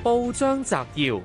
報章摘要：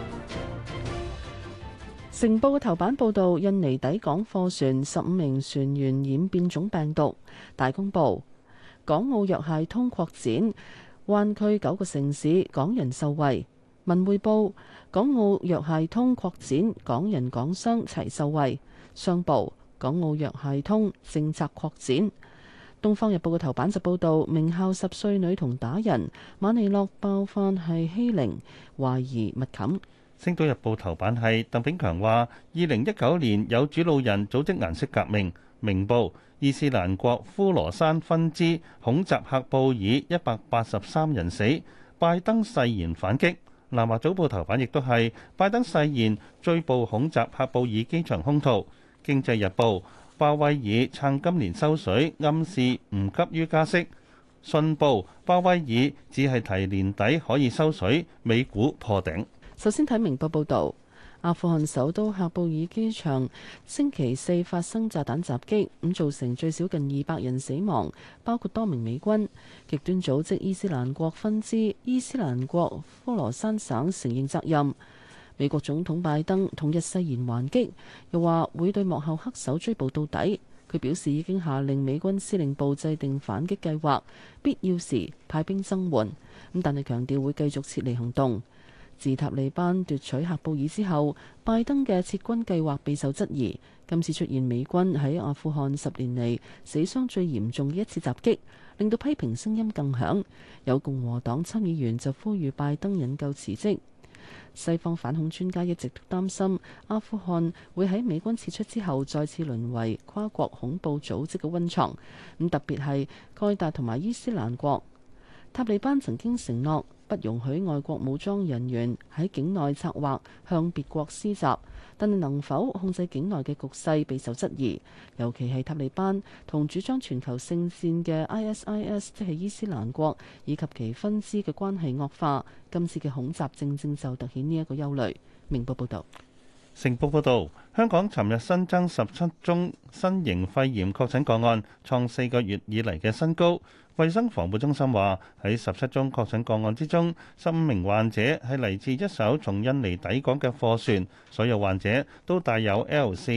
成報嘅頭版報導，印尼抵港貨船15名船員染變種病毒。大公報：港澳藥械通擴展，灣區9個城市港人受惠。文匯報：港澳藥械通擴展，港人港商齊受惠。商報：港澳藥械通政策擴展。《東方日報》嘅頭版就報導，名校10歲女童打人，馬尼諾爆犯係欺凌，懷疑密冚。《 星島日報》頭版係鄧炳強話：2019年有主路人組織顏色革命。明報：伊斯蘭國呼羅珊分支恐襲喀布爾183人死，拜登誓言反擊。南華早報頭版亦都係拜登誓言追捕恐襲喀布爾機場兇徒。《經濟日報》鮑威爾撐今年收水，暗示唔急於加息。信報：鮑威爾只係提年底可以收水，美股破頂。 首先睇明報報導，阿富汗首都喀布爾機場星期四發生炸彈襲擊，咁造成最少近200人死亡，包括多名美軍。極端組織伊斯蘭國分支伊斯蘭國呼羅珊省承認責任。美國總統拜登同日誓言還擊，又話會對幕後黑手追捕到底。佢表示已經下令美軍司令部制定反擊計劃，必要時派兵增援。但係強調會繼續撤離行動。自塔利班奪取喀布爾之後，拜登嘅撤軍計劃備受質疑。今次出現美軍喺阿富汗10年嚟死傷最嚴重嘅一次襲擊，令到批評聲音更響。有共和黨參議員就呼籲拜登引咎辭職。西方反恐專家一直都擔心阿富汗會喺美軍撤出之後再次淪為跨國恐怖組織嘅溫床。特別係蓋達同埋伊斯蘭國。塔利班曾經承諾不容許外國武裝人員喺境內策劃向別國施襲，但係能否控制境內嘅局勢備受質疑。尤其係塔利班同主張全球聖戰嘅 ISIS， 即係伊斯蘭國以及其分支嘅關係惡化，今次嘅恐襲正正就突顯呢一個憂慮。明報報道。 成報報導，香港尋日新增17宗新型肺炎確診個案，創4個月以嚟嘅新高。衛生防護中心話，喺17宗確診個案之中，15名患者係嚟自一艘從印尼抵港嘅貨船，所有患者都帶有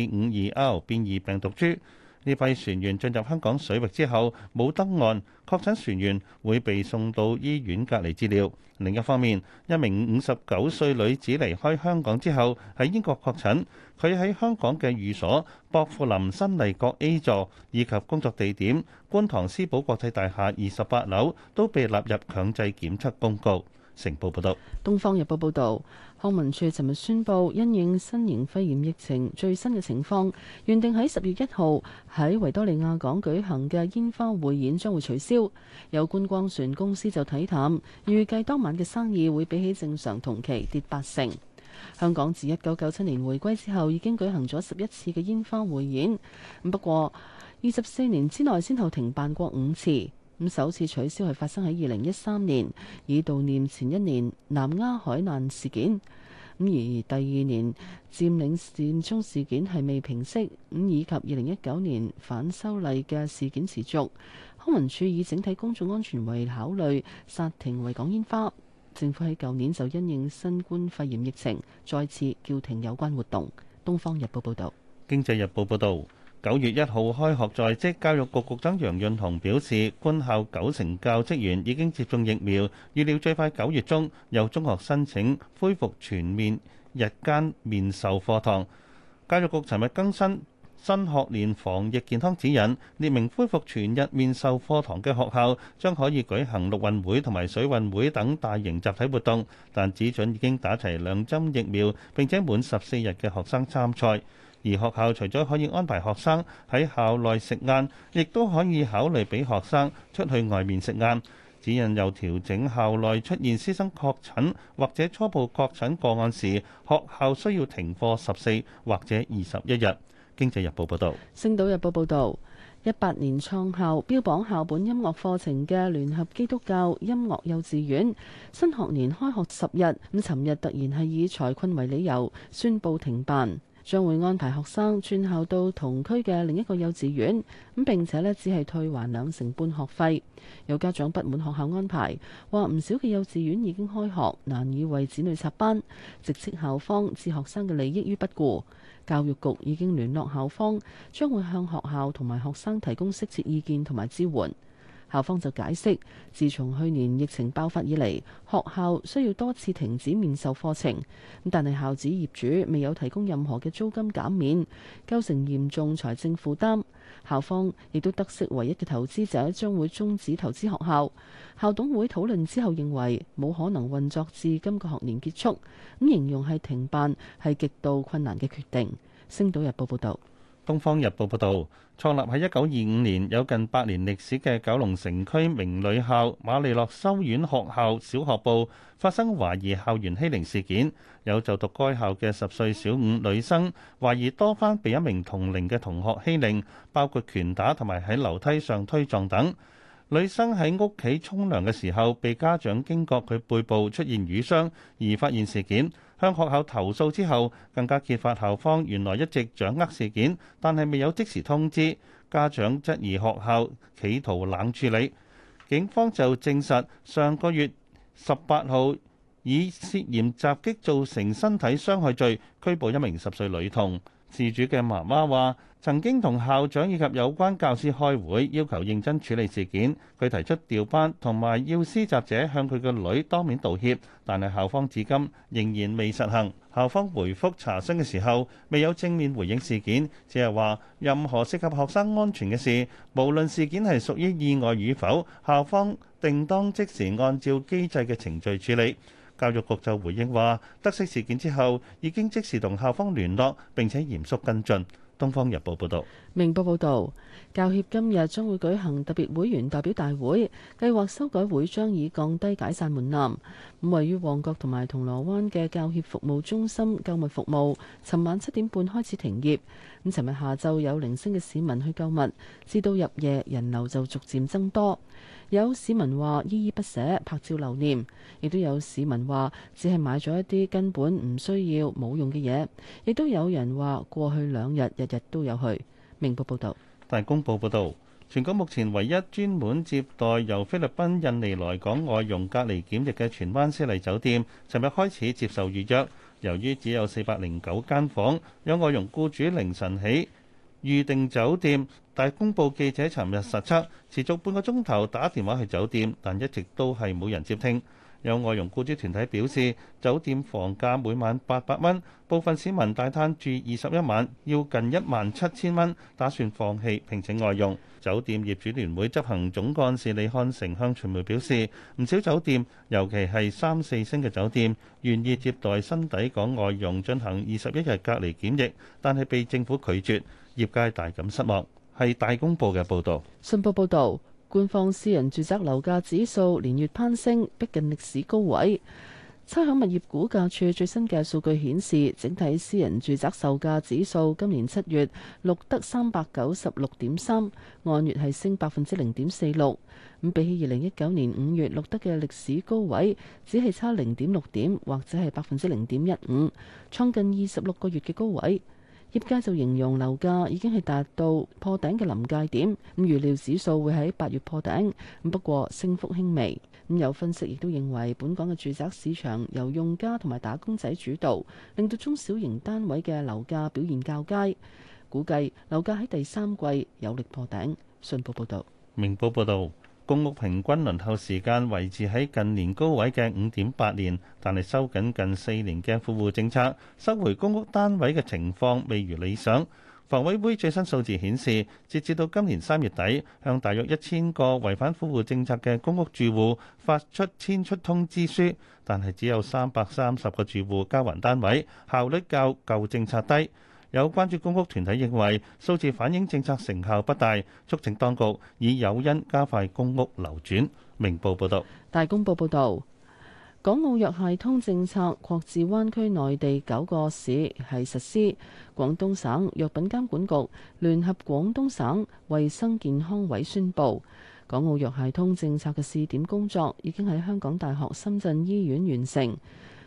L452R 變異病毒株。呢批船員進入香港水域之後冇登岸，確診船員會被送到醫院隔離治療。另一方面，一名59歲女子離開香港之後喺英國確診，佢喺香港嘅寓所薄扶林新麗閣 A 座以及工作地點觀塘思寶國際大廈28樓都被納入強制檢測公告。成報報道。 《東方日報》報導，康文署尋日宣布，因應新型肺炎疫情最新嘅情況，原定喺10月1號喺維多利亞港舉行嘅煙花匯演將會取消。有觀光船公司就睇淡，預計當晚嘅生意會比起正常同期跌80%。香港自1997年回歸之後，已經舉行咗11次嘅煙花匯演，不過24年之內先後停辦過5次。首次取消係發生喺2013年，以悼念前一年南丫海難事件。而第二年佔領佔中事件係未平息，以及2019年反修例嘅事件持續。康文署以整體公眾安全為考慮，剎停維港煙花。政府喺舊年就因應新冠肺炎疫情，再次叫停有關活動。《東方日報》報導。 《經濟日報》報導。9月1號開學在即，教育局局長楊潤雄表示，官校90%教職員已經接種疫苗，預料最快9月中有中學申請恢復全面日間面授課堂。教育局尋日更新新學年防疫健康指引，列明恢復全日面授課堂嘅學校將可以舉行陸運會同埋水運會等大型集體活動，但只准已經打齊2針疫苗並且滿14日嘅學生參賽。而學校除咗可以安排學生喺校內食晏，亦都可以考慮俾學生出去外面食晏。指引又調整校內出現師生確診或者初步確診個案時，學校需要停課14或者21日。經濟日報報導。 星島日報報導，18年創校標榜校本音樂課程嘅聯合基督教音樂幼稚園，新學年開學10日，尋日突然係以財困為理由宣布停辦。 將會安排學生轉校到同區嘅另一個幼稚園，咁並且呢只係退還2成半學費。有家長不滿學校安排，話唔少嘅幼稚園已經開學，難以為子女插班，直斥校方置學生嘅利益於不顧。教育局已經聯絡校方，將會向學校同埋學生提供適切意見同埋支援。校方就解釋，自從去年疫情爆發以嚟，學校需要多次停止面授課程，但係校址業主未有提供任何嘅租金減免，構成嚴重財政負擔。校方亦都得悉唯一嘅投資者將會終止投資學校。校董會討論之後認為冇可能運作至今個學年結束，咁形容係停辦係極度困難嘅決定。星島日報報道。 《東方日報》報導，創立喺1925年有近100年歷史嘅九龍城區名女校瑪利諾修院學校小學部發生懷疑校園欺凌事件，有就讀該校嘅10歲小五女生懷疑多番被一名同齡嘅同學欺凌，包括拳打同埋喺樓梯上推撞等。女生喺屋企沖涼嘅時候，被家長驚覺佢背部出現瘀傷而發現事件，向學校投訴之後，更加揭發校方原來一直掌握事件，但係未有即時通知家長，質疑學校企圖冷處理。警方就證實上個月18號以涉嫌襲擊造成身體傷害罪拘捕一名10歲女童。事主嘅媽媽話曾經同校長以及有關教師開會，要求認真處理事件。佢提出調班同埋要施襲者向佢嘅女當面道歉，但係校方至今仍然未實行。校方回覆查詢嘅時候未有正面回應事件，只係話任何涉及學生安全嘅事，無論事件係屬於意外與否，校方定當即時按照機制嘅程序處理。教育局就回應話，得悉事件之後，已經即時同校方聯絡，並且嚴肅跟進。《東方日報》報道。 明報報導，教協今日將會舉行特別會員代表大會，計劃修改會章以降低解散門檻。位於旺角同埋銅鑼灣嘅教協服務中心購物服務，尋晚7點半開始停業。尋日下晝有零星嘅市民去購物，至到入夜人流就逐漸增多。有市民話依依不捨，拍照留念；亦都有市民話只係買咗一啲根本唔需要冇用嘅嘢。亦都有人話過去2日日日都有去。明報報導。 大公報報導，全港目前唯一專門接待由菲律賓、印尼來港外傭隔離檢疫嘅荃灣絲麗酒店，尋日開始接受預約。由於只有409間房，有外傭僱主凌晨起預訂酒店。大公報記者尋日實測，持續半個鐘頭打電話去酒店，但一直都係冇人接聽。有外傭僱主團體表示，酒店房價每晚800蚊，部分市民大攤住21晚，要近17000蚊，打算放棄聘請外傭。酒店業主聯會執行總幹事李漢成向傳媒表示，唔少酒店，尤其係3、4星嘅酒店，願意接待新抵港外傭進行21日隔離檢疫，但係被政府拒絕，業界大感失望。係大公報嘅報導。 信報報導，官方私人住宅樓價指數連月攀升，逼近歷史高位。差餉物業估價署最新嘅數據顯示，整體私人住宅售價指數今年7月錄得396.3，按月係升0.46%。咁比起2019年5月錄得嘅歷史高位，只係差0.6點，或者係0.15%，創近26個月嘅高位。業界就形容樓價已經係達到破頂嘅臨界點，咁預料指數會喺8月破頂，不過升幅輕微。咁有分析亦都認為，本港嘅住宅市場由用家同埋打工仔主導，令到中小型單位嘅樓價表現較佳，估計樓價喺第3季有力破頂。信報報導。 明報報導。公屋平均輪候時間維持喺近年高位嘅5.8年，但係收緊近4年嘅富戶政策，收回公屋單位嘅情況未如理想。房委會最新數字顯示，截至到今年3月底，向大約1000個違反富戶政策嘅公屋住戶發出遷出通知書，但係只有330個住戶交還單位，效率較舊政策低。有關注公屋團體認為數字反映政策成效不大，促請當局以誘因加快公屋流轉。明報報道。 大公報報導，港澳藥械通政策擴至灣區內地9個市係實施。廣東省藥品監管局聯合廣東省衛生健康委宣布，港澳藥械通政策嘅試點工作已經喺香港大學深圳醫院完成。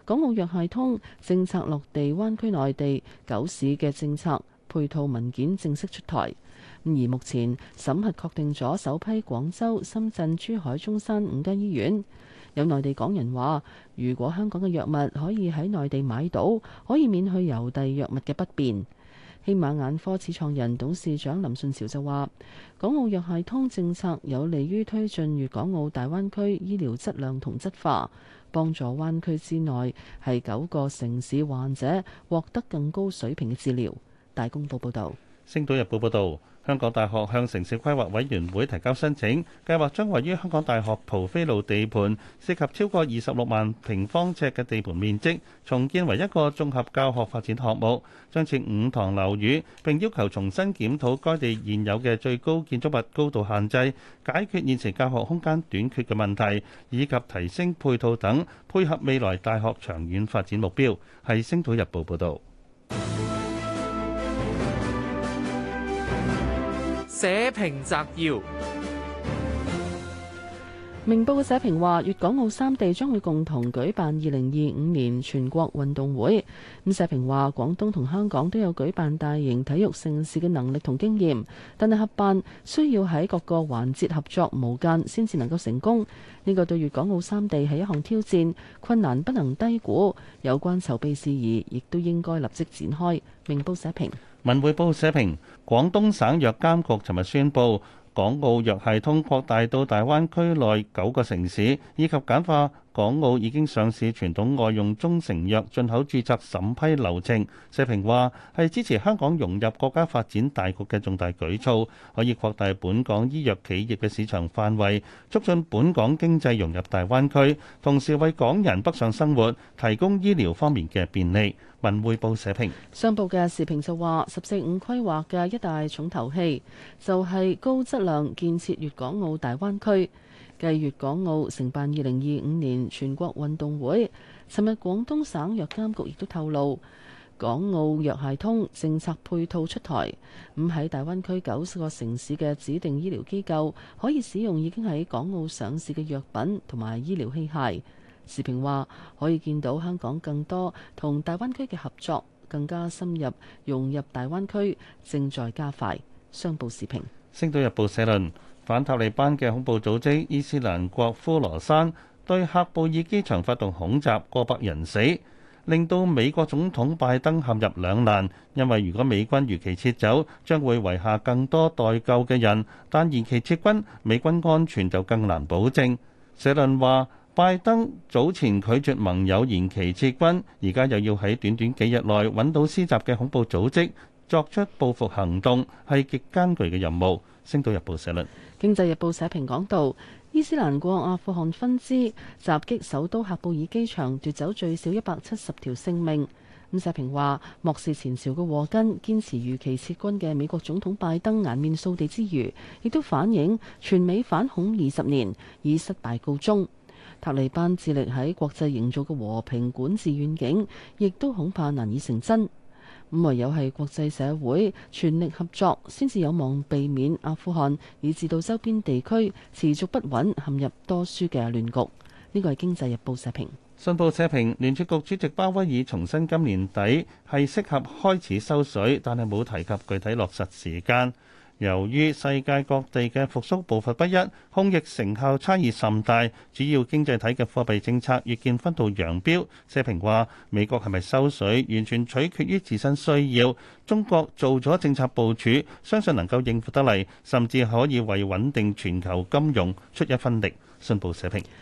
港澳藥械通政策落地，灣區內地9市嘅政策配套文件正式出台。而目前審核確定咗首批廣州、深圳、珠海、中山5間醫院。有內地港人話，如果香港嘅藥物可以喺內地買到，可以免去郵遞藥物嘅不便。希瑪眼科始創人董事長林順潮就話，港澳藥械通政策有利於推進粵港澳大灣區醫療質量同質化，幫助灣區之內係9個城市患者獲得更高水平嘅治療。大公報報導。 《星島日報》報導，香港大學向城市規劃委員會提交申請，計劃將位於香港大學蒲飛路地盤，涉及超過26萬平方尺嘅地盤面積，重建為一個綜合教學發展項目，將設5幢樓宇，並要求重新檢討該地現有嘅最高建築物高度限制，解決現時教學空間短缺嘅問題，以及提升配套等，配合未來大學長遠發展目標。係《星島日報》報導。 社評摘要： 明報嘅社評話，粵港澳3地將會共同舉辦2025年全國運動會。咁社評話，廣東同香港都有舉辦大型體育盛事嘅能力同經驗，但係合辦需要喺各個環節合作無間先至能夠成功。呢個對粵港澳3地係一項挑戰，困難不能低估。有關籌備事宜亦都應該立即展開。明報社評。 文匯報社評：廣東省藥監局尋日宣布，港澳藥械通擴大到大灣區內9個城市，以及簡化港澳已經上市傳統外用中成藥進口註冊審批流程。社評話係支持香港融入國家發展大局嘅重大舉措，可以擴大本港醫藥企業嘅市場範圍，促進本港經濟融入大灣區，同時為港人北上生活提供醫療方面嘅便利。文匯報社評。 商報嘅時評就話，14五規劃嘅一大重頭戲就係高質量建設粵港澳大灣區。繼粵港澳承辦2025年全國運動會，尋日廣東省藥監局亦都透露，港澳藥械通政策配套出台，咁喺大灣區9個城市嘅指定醫療機構可以使用已經喺港澳上市嘅藥品同埋醫療器械。時評話，可以見到香港更多同大灣區嘅合作，更加深入融入大灣區，正在加快。商報時評。 星島日報社論：反塔利班嘅恐怖組織伊斯蘭國呼羅珊對喀布爾機場發動恐襲，過百人死，令到美國總統拜登陷入兩難。因為如果美軍如期撤走，將會遺下更多待救嘅人；但延期撤軍，美軍安全就更難保證。社論話，拜登早前拒絕盟友延期撤軍，而家又要喺短短幾日內揾到施襲嘅恐怖組織，作出報復行動，係極艱巨嘅任務。星島日報社論。 經濟日報社評講道，伊斯蘭國阿富汗分支襲擊首都喀布爾機場，奪走最少170條性命。咁社評話，漠視前朝嘅禍根，堅持如期撤軍嘅美國總統拜登顏面掃地之餘，亦都反映全美反恐20年以失敗告終。塔利班致力喺國際營造嘅和平管治願景，亦都恐怕難以成真。咁唯有係國際社會全力合作，先至有望避免阿富汗以至到周邊地區持續不穩，陷入多輸嘅亂局。呢個係《經濟日報》社評。 信報社評，聯儲局主席鮑威爾重申今年底係適合開始收水，但係冇提及具體落實時間。由於世界各地嘅復甦步伐不一，控疫成效差異甚大，主要經濟體嘅貨幣政策越見分道揚鑣。社評話：美國係咪收水，完全取決於自身需要。中國做咗政策部署，相信能夠應付得嚟，甚至可以為穩定全球金融出一分力。信報社評。